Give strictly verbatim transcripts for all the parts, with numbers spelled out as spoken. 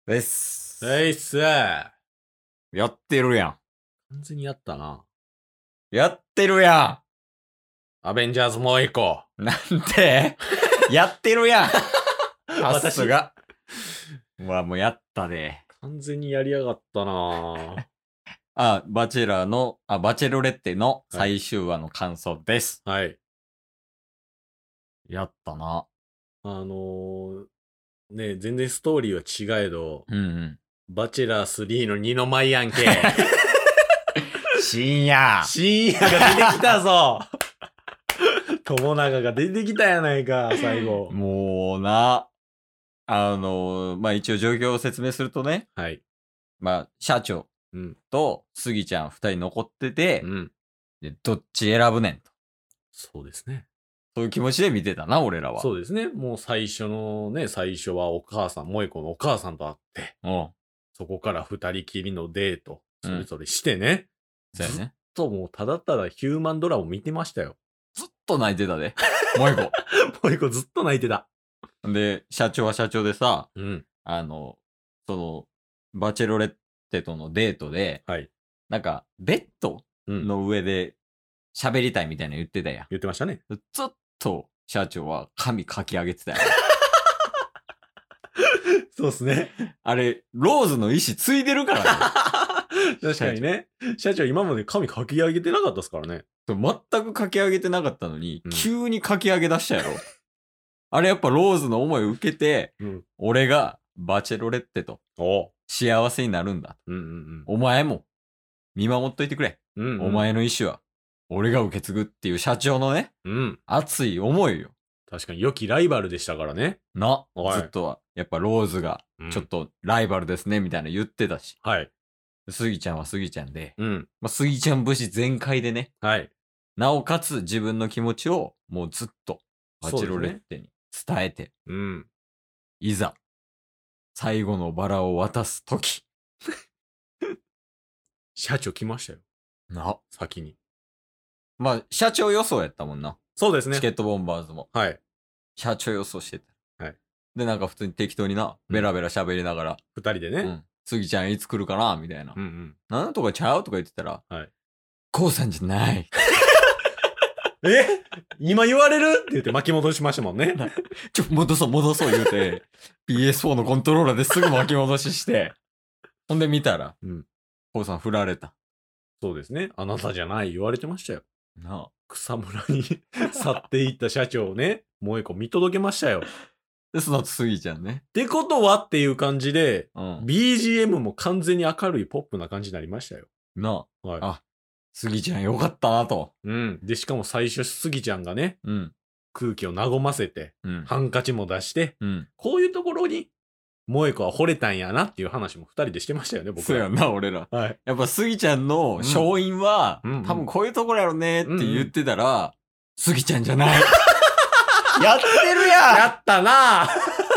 です。 えいっす。完やってるや全にやったな。 ん。やってるやアベンジャーズもう一個。 ん。なんてやってるやん。さすが。うわ、もうやったで。 完全にやりやがったな。 あ、バチェラーの、あ、バチェロレッテの最終話の感想です。 はい。 やったな。 あのー、ね、全然ストーリーは違えど、 うんうん。 バチェラースリーの二の舞やんけ。 深夜。 深夜が出てきたぞ。友永が出てきたやないか、最後。 もうな、あのー、まあ、一応状況を説明するとね、 はい。 まあ、社長うん。 とスギちゃん二人残ってて、 うん。 でどっち選ぶねんと。 そうですね。 そういう気持ちで見てたな、俺らは。 そうですね。もう最初のね、最初はお母さん、萌子のお母さんと会って、 うん。 そこから二人きりのデート、 うんそれぞれしてね。 そうやね。 ずっともうただただヒューマンドラマ見てましたよ。 ずっと泣いてたで。もう一萌子ずっと泣いてた。 個。で、社長は社長でさ、 うん。 あの、その、バチェロレッテとのデートで、 はい。 なんか、ベッドうん。 の上で喋りたいみたいなの言ってたやん。 言ってましたね。 ずっと社長は髪かき上げてたやん。 そうっすね。 あれ、ローズの意思継いでるからね。 確かにね。社長今まで髪かき上げてなかったっすからね。 そう全くかき上げてなかったのに、 うん急にかき上げ出したやろ。あれやっぱローズの思いを受けて、 うん。 俺がバチェロレッテとおう。 幸せになるんだ。 うんうんお前も見守っといてくれ。 うん。うん、うん。 お前の意思は俺が受け継ぐっていう社長のね、 うん。 熱い思いよ。 確かに良きライバルでしたからね。 な、 はいずっとは。やっぱローズがうんちょっとライバルですねみたいな言ってたし。 はい。 スギちゃんはスギちゃんで、 うん。 まあ、スギちゃん節全開でね、 はい。 なおかつ自分の気持ちをもうずっとバチェロレッテに伝えて、 うん。 いざ、最後のバラを渡すとき。 社長来ましたよ。 な。 先に。 まあ、社長予想やったもんな。 そうですね。 チケットボンバーズも。 はい。 社長予想してた。 はい。 で、なんか普通に適当にな、ベラベラ喋りながら、 二人でね。 うん。スギちゃんいつ来るかなみたいな。 うんうん。 なんとかちゃうとか言ってたら、 はい。 コウさんじゃない。 え今言われるって言って巻き戻しましたもんね。 ちょ、戻そう戻そう言うて、ピーエスフォー のコントローラーですぐ巻き戻しして、ほんで見たら、 うん。 コウさん振られた。 そうですね。あなたじゃない言われてましたよ。 なあ。 草むらに去っていった社長をね、もう一個見届けましたよ。 で、その後スギちゃんね。 ってことはっていう感じで、 うん。 ビージーエム も完全に明るいポップな感じになりましたよ。 なあ。 はい。 あ、スギちゃんよかったなと。 うん。で、しかも最初、スギちゃんがね、 うん。 空気を和ませて、 うん。 ハンカチも出して、 うん。 こういうところに、萌子は惚れたんやなっていう話も二人でしてましたよね、僕ら。 そうやんな、俺ら。 はい。 やっぱスギちゃんの勝因は、 うんうん多分こういうところやろねって言ってたら、スギちゃんじゃない。やってるやんやったな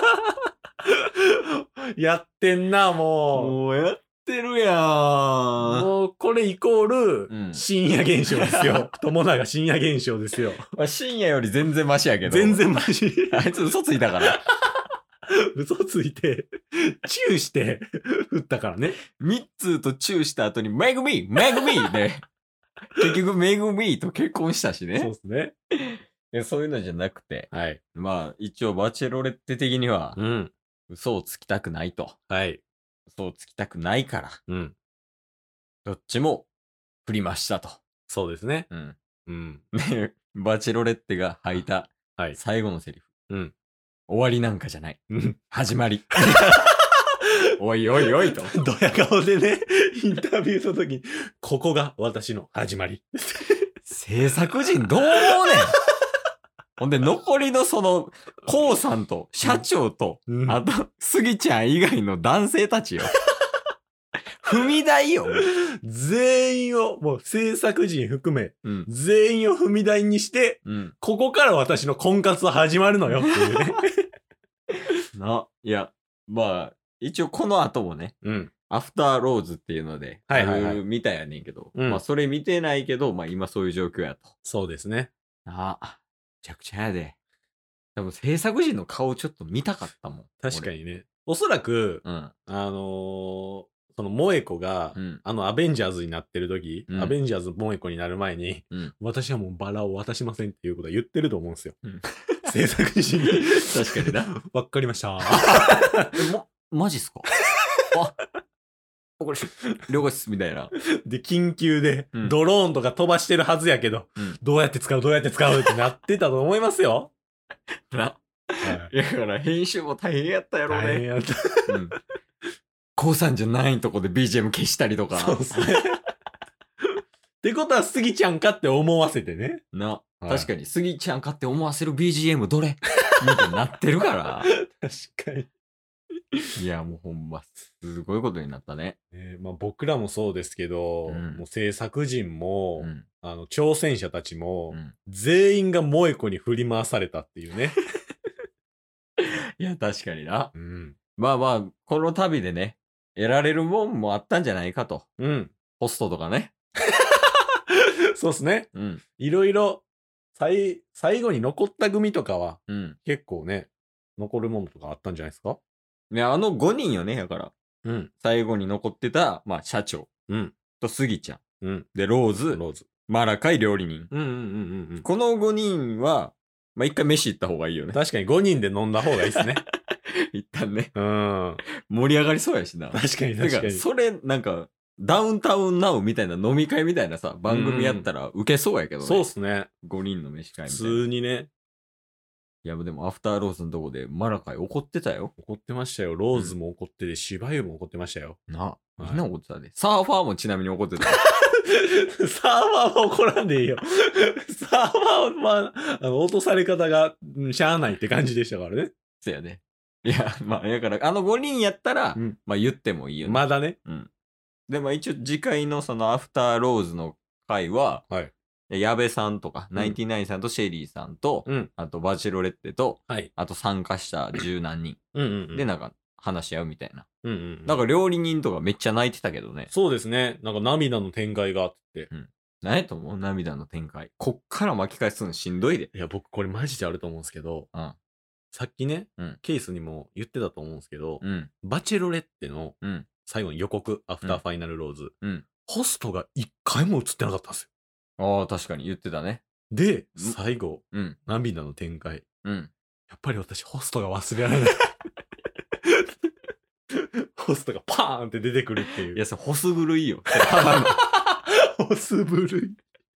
やってんな、もう。 もうやってるやん。 もう、これイコールう、ん深夜現象ですよ。友永深夜現象ですよ。 まあ、深夜より全然マシやけど。 全。然マジ。 あいつ嘘ついたから。 嘘ついて、チューして、振ったからね。 ミッツーとチューした後に、めぐみめぐみで、結局めぐみと結婚したしそうねで。すね。 いやそういうのじゃなくて、 はい。 まあ一応バチェロレッテ的には、 うん。 嘘をつきたくないと。 はい。 嘘をつきたくないから、 うん。 どっちも振りましたと。 そうですね。 うん。 うん。 で、バチェロレッテが吐いたはい。 最後のセリフ。 うん。 終わりなんかじゃない。 うん。 始まり。おいおいおいと。 ドヤ顔でね、インタビューの時に、ここが私の始まり。 制作陣どう思うねん。ほんで、残りのその、コウさんと、社長と、 うんあと、スギちゃん以外の男性たちよ。踏み台よ。 全員を、もう制作陣含め、 うん。 全員を踏み台にして、 うん。 ここから私の婚活は始まるのよっていうね。 な、いや、まあ、一応この後もね、 うん。 アフターローズっていうので、 はいはいはいあるみたいやねんけど、 うんまあ、それ見てないけど、まあ、今そういう状況やと。 そうですね。 ああ、めちゃくちゃやで。多分制作陣の顔ちょっと見たかったもん。 確かにね。 おそらく、 うん。 あのーその萌子が、 うん。 あのアベンジャーズになってる時、 うんアベンジャーズ萌子になる前に、 うん。 私はもうバラを渡しませんっていうことは言ってると思うんですよ。 うん制作陣に。 確かにな。 わかりました。 え、も、マジっすかあ、これ、了解っす、みたいな。 で、緊急で、 うんドローンとか飛ばしてるはずやけど、 うん。 どうやって使う、どうやって使うってなってたと思いますよ。 な。 はいいや、だから編集も大変やったやろうね。 大変やった。 うん。高さんじゃないとこで ビージーエム 消したりとか。 そうですね。ってことは、スギちゃんかって思わせてね。 な。 はい確かに、スギちゃんかって思わせる ビージーエム どれみたいになってるから。 確かに。 いや、もうほんま、すごいことになったね。 えーまあ、僕らもそうですけど、 うんもう制作陣も、 うん。 あの挑戦者たちも、 うん。 全員が萌子に振り回されたっていうね。 いや、確かにな。 うん。 まあまあ、この旅でね、得られるもんもあったんじゃないかと。 うん。 ホストとかね。 そうっすね。 うん。 いろいろ、最、最後に残った組とかは、 うん。 結構ね、残るものとかあったんじゃないですか？ いや、あのごにんよね、だから。 うん。 最後に残ってた、まあ、社長うん。 とスギちゃん。 うん。 で、ローズ、 ローズ。 マラカイ料理人。 うんうんうんうんこのごにんは、まあ、一回飯行った方がいいようん。 ね。 確かにごにんで飲んだ方がいいっすね。 一旦ね。 うん。 盛り上がりそうやしな。 確かにだか、 確からに。 それ、なんか、ダウンタウンナウみたいな飲み会みたいなさ、番組やったら受けそうやけどね。 そうっすね。 ごにんの飯会み普たいな。 通にね、 いや、でもアフターローズのとこでマラカイ怒ってたよ。 怒ってましたよ。ローズも怒ってて、芝生も怒ってましたよ。 な。 はいみんな怒ってたで。サーファーもちなみに怒ってた。 サーバーは怒らんでいいよ。サーバーは、あの、落とされ方が、うんしゃあないって感じでしたからね。 そうやね。いや、まあ、だから、あのごにんやったら、 うんまあ言ってもいいよね。 まだね。 うん。で、まあ一応次回のそのアフターローズの回は、 はい。 矢部さんとか、 うんナインティナインさんとシェリーさんと、 うん。 あとバチェロレッテと、 はい。 あと参加した十何人。 うんうんうん。 で、なんか話し合うみたいな。 うんうんうん。 なんか料理人とかめっちゃ泣いてたけどね。 そうですね。なんか涙の展開があって。 何やと思う涙の展開。こっから巻き返すのしんどいで。 いや、僕これマジであると思うんですけど、 うん。 さっきね、 うんケースにも言ってたと思うんですけど、 うん。 バチェロレッテのうん。 最後の予告、アフターファイナルローズ、 うん。 ホストが一回も映ってなかったんですよ。 ああ、確かに言ってたね。 で、 ん最後、 うん。 涙の展開。 うん。 やっぱり私、ホストが忘れられない。ホストがパーンって出てくるっていう。 いや、それ、ホス狂いよ。ただのホスブル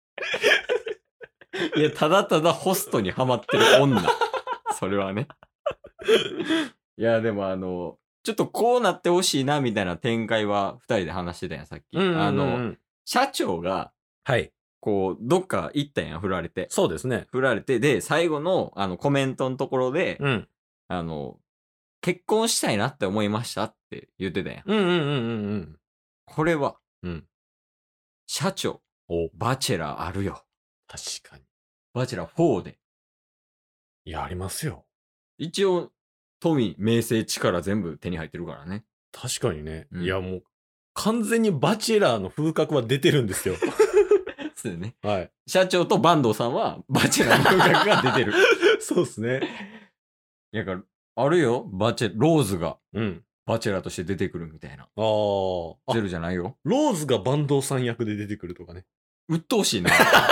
い。 いや、ただただホストにハマってる女。それはね。いや、でもあの、ちょっとこうなってほしいな、みたいな展開は二人で話してたやん、さっき。 うんうんうんうんあの、社長が、 はい。 こう、どっか行ったんや、振られて。 そうですね。 振られて、で、最後の、あの、コメントのところで、 うん。 あの、結婚したいなって思いましたって言ってたやん。 うんうんうんうんうん。 これは、 うん。 社長、 お、 バチェラーあるよ。 確かに。 バチェラーフォーで。 いや、ありますよ。 一応、富、名声、力全部手に入ってるからね。 確かにね。 うんいや、もう、完全にバチェラーの風格は出てるんですよ。 そうね。 はい。 社長と坂東さんは、バチェラーの風格が出てる。 そうですね。 だから、あるよ。バチェ、ローズが、 うん。 バチェラーとして出てくるみたいな。 あーあ。 ゼロじゃないよ。 ローズが坂東さん役で出てくるとかね。 鬱陶しいな。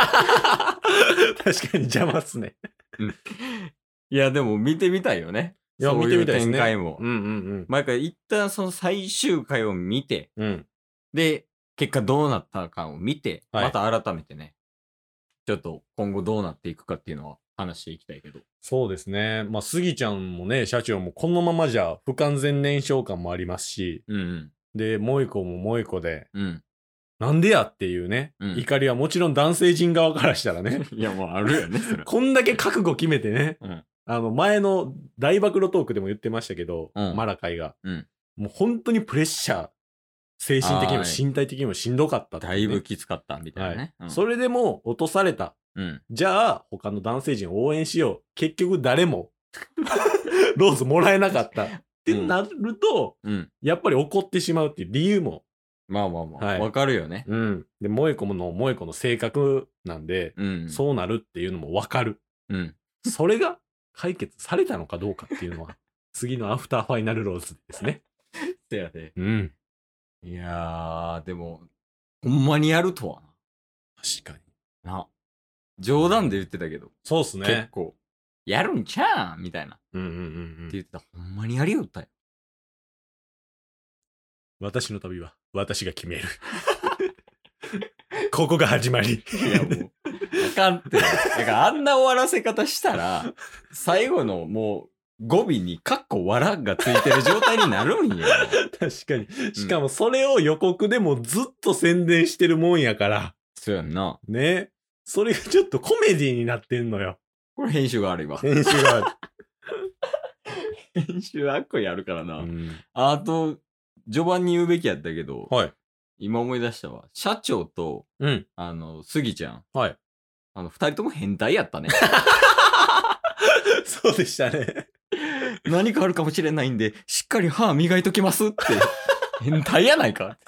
確かに邪魔っすね。 いや、でも見てみたいよね。 いや、 そうう見てみたいですね。 展開も。 うんうん毎回一旦その最終回を見て、 うん。うん。 で、結果どうなったかを見て、 はいまた改めてね、ちょっと今後どうなっていくかっていうのは話していきたいけど。 そうですね。まあ、スギちゃんもね、社長もこのままじゃ不完全燃焼感もありますし、 うんうん。 で、萌子も萌子で、 うん。 なんでやっていうね、 うん怒りはもちろん男性陣側からしたらね、 いや、もうあるよね、それ。 こんだけ覚悟決めてね、 うん。 あの、前の大暴露トークでも言ってましたけど、 うんマラカイが、 うんもう本当にプレッシャー、精神的にもはい身体的にもしんどかったってうね、 だいぶきつかったみたいなね。 はいそれでも落とされた。 うん。うん。 じゃあ、他の男性陣を応援しよう。結局誰も、ローズもらえなかった。ってなると、 うん。 やっぱり怒ってしまうっていう理由も、 まあまあまあ、わ、 はいかるよね。 うん。で、萌子の萌子の性格なんで、 うん。 そうなるっていうのもわかる。 うん。 それが解決されたのかどうかっていうのは、 次のアフターファイナルローズですね。 せやで。 うん。 いやー、でも、ほんまにやるとは確かに。 な。な。冗談で言ってたけど、 そうっすね。 結構、やるんちゃうんみたいな。ってうんうんうんうん。 言ってた。ほんまにやりよったよ。 私の旅は私が決める。ここが始まり。 いやもう、あかんって。だからあんな終わらせ方したら、最後のもう語尾にカッコ笑がついてる状態になるんや。 確かに。しかもそれを予告でもずっと宣伝してるもんやから。 そうやんな。 ね。それがちょっとコメディになってんのよ。 これ編集が悪いわ。 編集がある。 編集あっこやるからな。 うん、 あと、序盤に言うべきやったけど、 はい。 今思い出したわ。社長と、 うん。 あの、スギちゃん。 はい。 あの、二人とも変態やったね。 そうでしたね。 何かあるかもしれないんで、しっかり歯磨いときますって。変態やないか。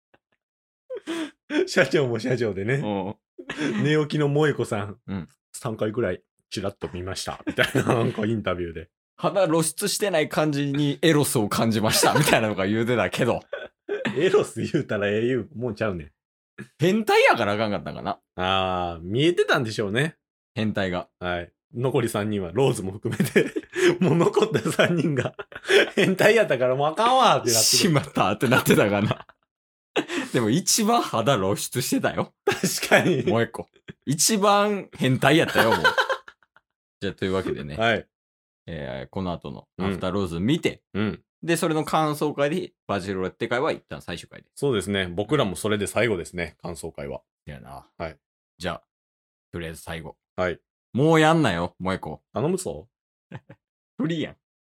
社長も社長でね。 うん。 寝起きの萌子さん。 うん。 さんかいぐらいチラッと見ました。みたいな、なんかインタビューで。 肌露出してない感じにエロスを感じました。みたいなのが言うてたけど。 エロス言うたらええ言うもんちゃうねん。 変態やからあかんかったんかな。 あー、見えてたんでしょうね。 変態が。 はい。残りさんにんは、ローズも含めて、もう残ったさんにんが、変態やったからもうあかんわってなってしまったってなってたかな。でも一番肌露出してたよ。 確かに。 もう一個。一番変態やったよ、もう。じゃあ、というわけでね。 はい。 えー、この後のアフターローズ見て、 うん。 で、それの感想会で、バチェロレッテ会は一旦最終回で。 そうですね。僕らもそれで最後ですね。感想会は。 いやな。 はい。 じゃあ、とりあえず最後。 はい。 もうやんなよ、もう一個。 頼むぞ。 フリーやん。